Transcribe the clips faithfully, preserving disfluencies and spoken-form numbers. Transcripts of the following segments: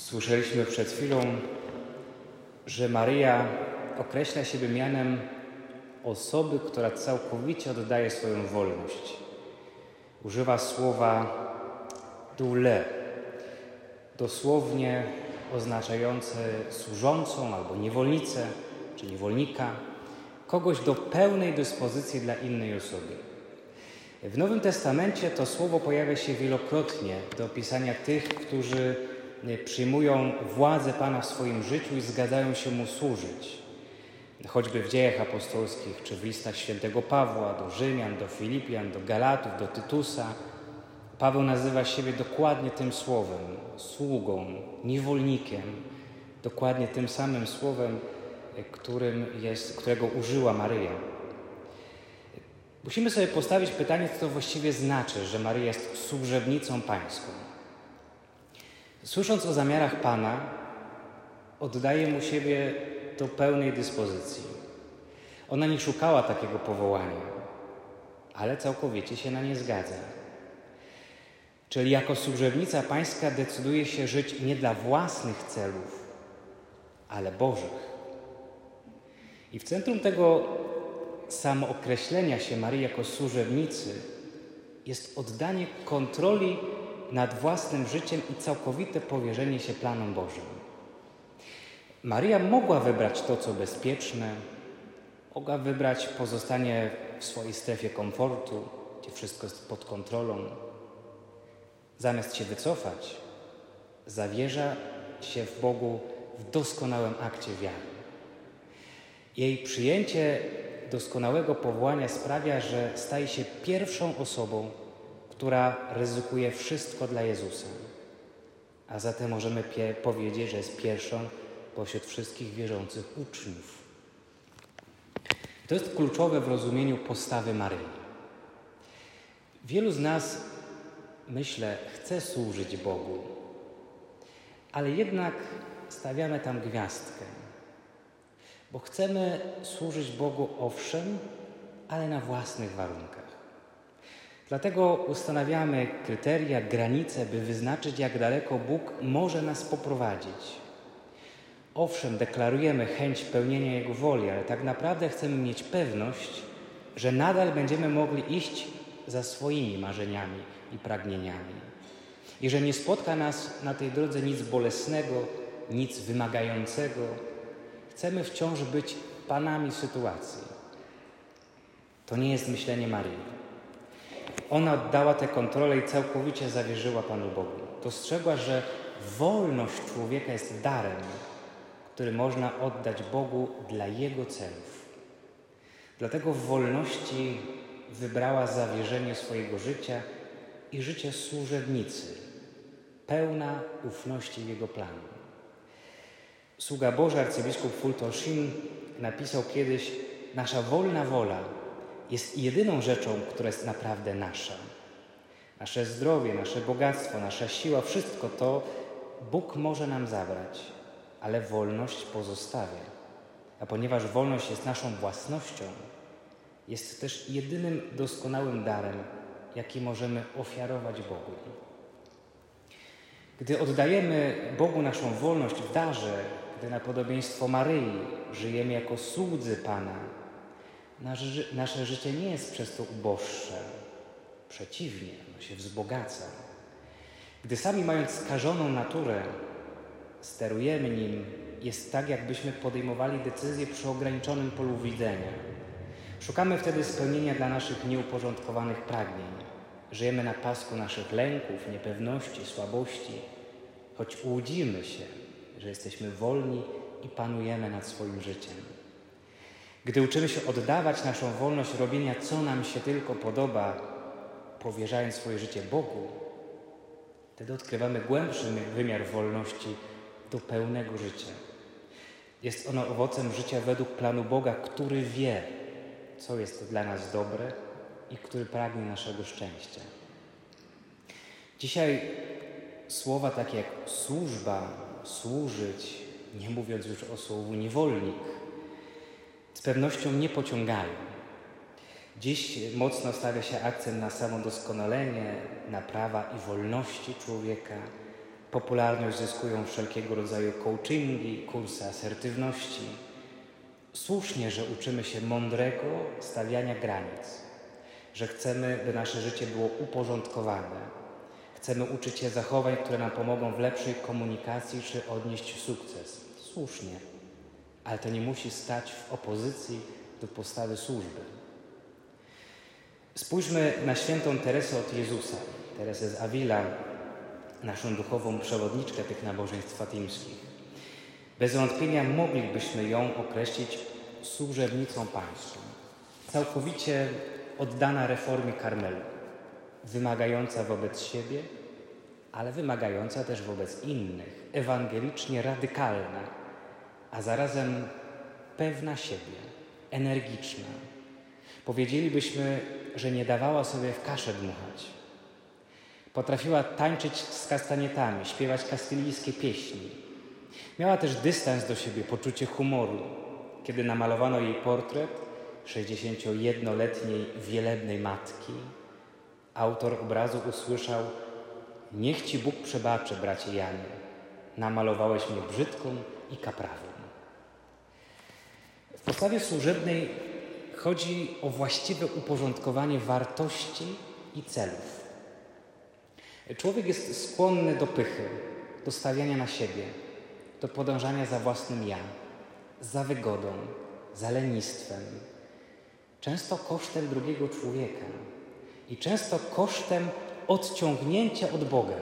Słyszeliśmy przed chwilą, że Maryja określa siebie mianem osoby, która całkowicie oddaje swoją wolność. Używa słowa doule, dosłownie oznaczające służącą albo niewolnicę czy niewolnika, kogoś do pełnej dyspozycji dla innej osoby. W Nowym Testamencie to słowo pojawia się wielokrotnie do opisania tych, którzy przyjmują władzę Pana w swoim życiu i zgadzają się Mu służyć. Choćby w Dziejach Apostolskich, czy w listach świętego Pawła do Rzymian, do Filipian, do Galatów, do Tytusa, Paweł nazywa siebie dokładnie tym słowem, sługą, niewolnikiem, dokładnie tym samym słowem, którym jest, którego użyła Maryja. Musimy sobie postawić pytanie, co to właściwie znaczy, że Maryja jest służebnicą Pańską. Słysząc o zamiarach Pana, oddaje Mu siebie do pełnej dyspozycji. Ona nie szukała takiego powołania, ale całkowicie się na nie zgadza. Czyli jako służebnica Pańska decyduje się żyć nie dla własnych celów, ale Bożych. I w centrum tego samookreślenia się Maryi jako służebnicy jest oddanie kontroli nad własnym życiem i całkowite powierzenie się planom Bożym. Maryja mogła wybrać to, co bezpieczne, mogła wybrać pozostanie w swojej strefie komfortu, gdzie wszystko jest pod kontrolą. Zamiast się wycofać, zawierza się w Bogu w doskonałym akcie wiary. Jej przyjęcie doskonałego powołania sprawia, że staje się pierwszą osobą, która ryzykuje wszystko dla Jezusa. A zatem możemy pie- powiedzieć, że jest pierwszą pośród wszystkich wierzących uczniów. To jest kluczowe w rozumieniu postawy Maryi. Wielu z nas, myślę, chce służyć Bogu, ale jednak stawiamy tam gwiazdkę, bo chcemy służyć Bogu owszem, ale na własnych warunkach. Dlatego ustanawiamy kryteria, granice, by wyznaczyć, jak daleko Bóg może nas poprowadzić. Owszem, deklarujemy chęć pełnienia Jego woli, ale tak naprawdę chcemy mieć pewność, że nadal będziemy mogli iść za swoimi marzeniami i pragnieniami. I że nie spotka nas na tej drodze nic bolesnego, nic wymagającego. Chcemy wciąż być panami sytuacji. To nie jest myślenie Maryi. Ona oddała tę kontrolę i całkowicie zawierzyła Panu Bogu. Dostrzegła, że wolność człowieka jest darem, który można oddać Bogu dla Jego celów. Dlatego w wolności wybrała zawierzenie swojego życia i życie służebnicy, pełna ufności w Jego planu. Sługa Boży, arcybiskup Fulton Sheen, napisał kiedyś: nasza wolna wola jest jedyną rzeczą, która jest naprawdę nasza. Nasze zdrowie, nasze bogactwo, nasza siła, wszystko to Bóg może nam zabrać, ale wolność pozostawia. A ponieważ wolność jest naszą własnością, jest też jedynym doskonałym darem, jaki możemy ofiarować Bogu. Gdy oddajemy Bogu naszą wolność w darze, gdy na podobieństwo Maryi żyjemy jako słudzy Pana, nasze, nasze życie nie jest przez to uboższe. Przeciwnie, ono się wzbogaca. Gdy sami mając skażoną naturę, sterujemy nim, jest tak, jakbyśmy podejmowali decyzje przy ograniczonym polu widzenia. Szukamy wtedy spełnienia dla naszych nieuporządkowanych pragnień. Żyjemy na pasku naszych lęków, niepewności, słabości, choć łudzimy się, że jesteśmy wolni i panujemy nad swoim życiem. Gdy uczymy się oddawać naszą wolność robienia, co nam się tylko podoba, powierzając swoje życie Bogu, wtedy odkrywamy głębszy wymiar wolności do pełnego życia. Jest ono owocem życia według planu Boga, który wie, co jest dla nas dobre i który pragnie naszego szczęścia. Dzisiaj słowa takie jak służba, służyć, nie mówiąc już o słowu niewolnik, z pewnością nie pociągają. Dziś mocno stawia się akcent na samodoskonalenie, na prawa i wolności człowieka, Popularność zyskują wszelkiego rodzaju coachingi, kursy asertywności. Słusznie, że uczymy się mądrego stawiania granic, że chcemy, by nasze życie było uporządkowane. Chcemy uczyć się zachowań, które nam pomogą w lepszej komunikacji czy odnieść sukces. Słusznie, ale to nie musi stać w opozycji do postawy służby. Spójrzmy na świętą Teresę od Jezusa, Teresę z Avila, naszą duchową przewodniczkę tych nabożeństw fatimskich. Bez wątpienia moglibyśmy ją określić służebnicą Pańską, całkowicie oddana reformie Karmelu, wymagająca wobec siebie, ale wymagająca też wobec innych, ewangelicznie radykalna, a zarazem pewna siebie, energiczna. Powiedzielibyśmy, że nie dawała sobie w kaszę dmuchać. Potrafiła tańczyć z kastanietami, śpiewać kastylijskie pieśni. Miała też dystans do siebie, poczucie humoru. Kiedy namalowano jej portret sześćdziesięciojednoletniej wielebnej matki, autor obrazu usłyszał: niech Ci Bóg przebaczy, bracie Janie, namalowałeś mnie brzydką i kaprawą. W postawie służebnej chodzi o właściwe uporządkowanie wartości i celów. Człowiek jest skłonny do pychy, do stawiania na siebie, do podążania za własnym ja, za wygodą, za lenistwem, często kosztem drugiego człowieka i często kosztem odciągnięcia od Boga.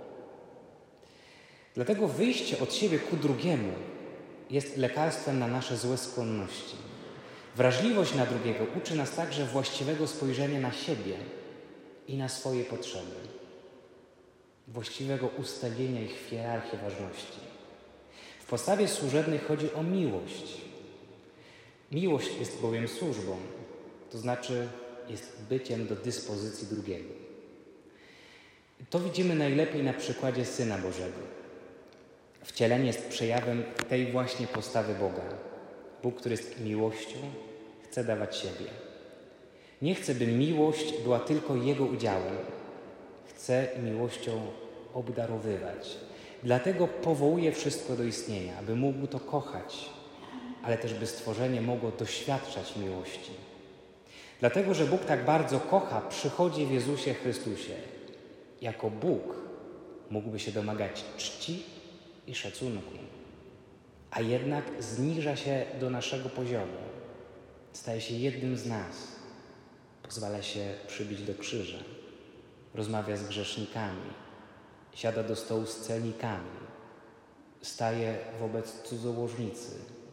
Dlatego wyjście od siebie ku drugiemu jest lekarstwem na nasze złe skłonności. Wrażliwość na drugiego uczy nas także właściwego spojrzenia na siebie i na swoje potrzeby, właściwego ustawienia ich w hierarchii ważności. W postawie służebnej chodzi o miłość. Miłość jest bowiem służbą, to znaczy jest byciem do dyspozycji drugiego. To widzimy najlepiej na przykładzie Syna Bożego. Wcielenie jest przejawem tej właśnie postawy Boga. Bóg, który jest miłością, chce dawać siebie. Nie chce, by miłość była tylko Jego udziałem. Chce miłością obdarowywać. Dlatego powołuje wszystko do istnienia, aby mógł to kochać, ale też by stworzenie mogło doświadczać miłości. Dlatego, że Bóg tak bardzo kocha, przychodzi w Jezusie Chrystusie. Jako Bóg mógłby się domagać czci i szacunku, a jednak zniża się do naszego poziomu. Staje się jednym z nas. Pozwala się przybić do krzyża. Rozmawia z grzesznikami. Siada do stołu z celnikami. Staje wobec cudzołożnicy.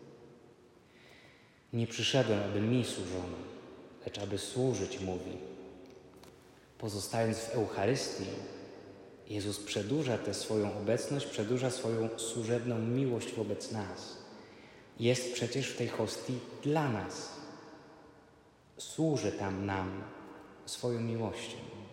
Nie przyszedłem, aby mi służono, lecz aby służyć, mówi. Pozostając w Eucharystii, Jezus przedłuża tę swoją obecność, przedłuża swoją służebną miłość wobec nas. Jest przecież w tej hostii dla nas. Służy tam nam swoją miłością.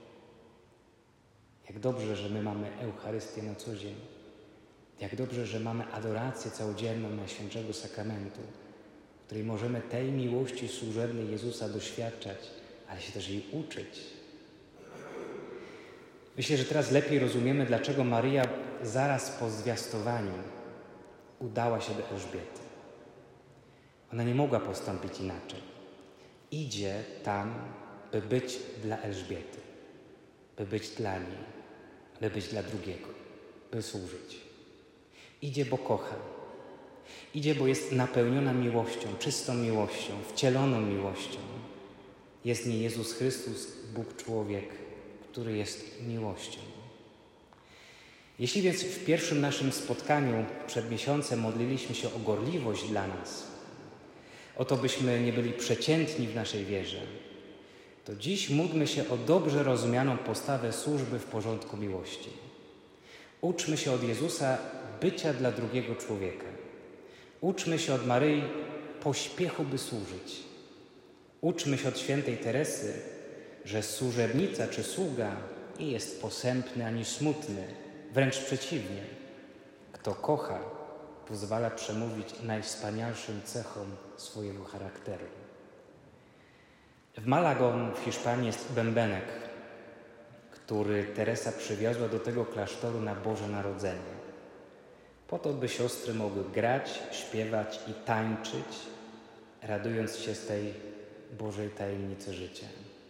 Jak dobrze, że my mamy Eucharystię na co dzień. Jak dobrze, że mamy adorację całodzienną Najświętszego Sakramentu, w której możemy tej miłości służebnej Jezusa doświadczać, ale się też jej uczyć. Myślę, że teraz lepiej rozumiemy, dlaczego Maryja zaraz po zwiastowaniu udała się do Elżbiety. Ona nie mogła postąpić inaczej. Idzie tam, by być dla Elżbiety, by być dla niej, by być dla drugiego, by służyć. Idzie, bo kocha. Idzie, bo jest napełniona miłością, czystą miłością, wcieloną miłością. Jest nie Jezus Chrystus, Bóg człowiek, który jest miłością. Jeśli więc w pierwszym naszym spotkaniu przed miesiącem modliliśmy się o gorliwość dla nas, o to, byśmy nie byli przeciętni w naszej wierze, to dziś módlmy się o dobrze rozumianą postawę służby w porządku miłości. Uczmy się od Jezusa bycia dla drugiego człowieka. Uczmy się od Maryi pośpiechu, by służyć. Uczmy się od świętej Teresy, że służebnica czy sługa nie jest posępny ani smutny, wręcz przeciwnie. Kto kocha, pozwala przemówić najwspanialszym cechom swojego charakteru. W Malagon w Hiszpanii jest bębenek, który Teresa przywiozła do tego klasztoru na Boże Narodzenie. Po to, by siostry mogły grać, śpiewać i tańczyć, radując się z tej Bożej tajemnicy życia.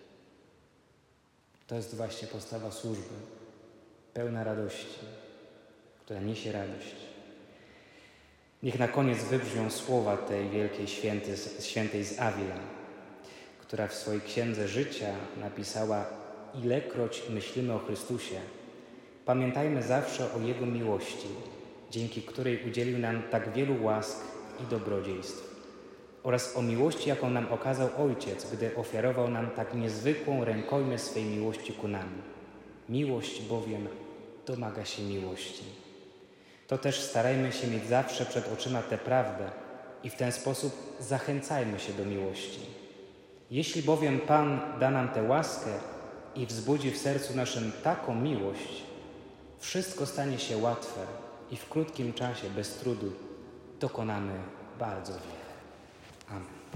To jest właśnie postawa służby, pełna radości, która niesie radość. Niech na koniec wybrzmią słowa tej wielkiej święty, świętej z Avila, która w swojej księdze życia napisała: ilekroć myślimy o Chrystusie, pamiętajmy zawsze o Jego miłości, dzięki której udzielił nam tak wielu łask i dobrodziejstw, oraz o miłości, jaką nam okazał Ojciec, gdy ofiarował nam tak niezwykłą rękojmię swej miłości ku nam. Miłość bowiem domaga się miłości. To też starajmy się mieć zawsze przed oczyma tę prawdę i w ten sposób zachęcajmy się do miłości. Jeśli bowiem Pan da nam tę łaskę i wzbudzi w sercu naszym taką miłość, wszystko stanie się łatwe i w krótkim czasie, bez trudu, dokonamy bardzo wiele. Amen.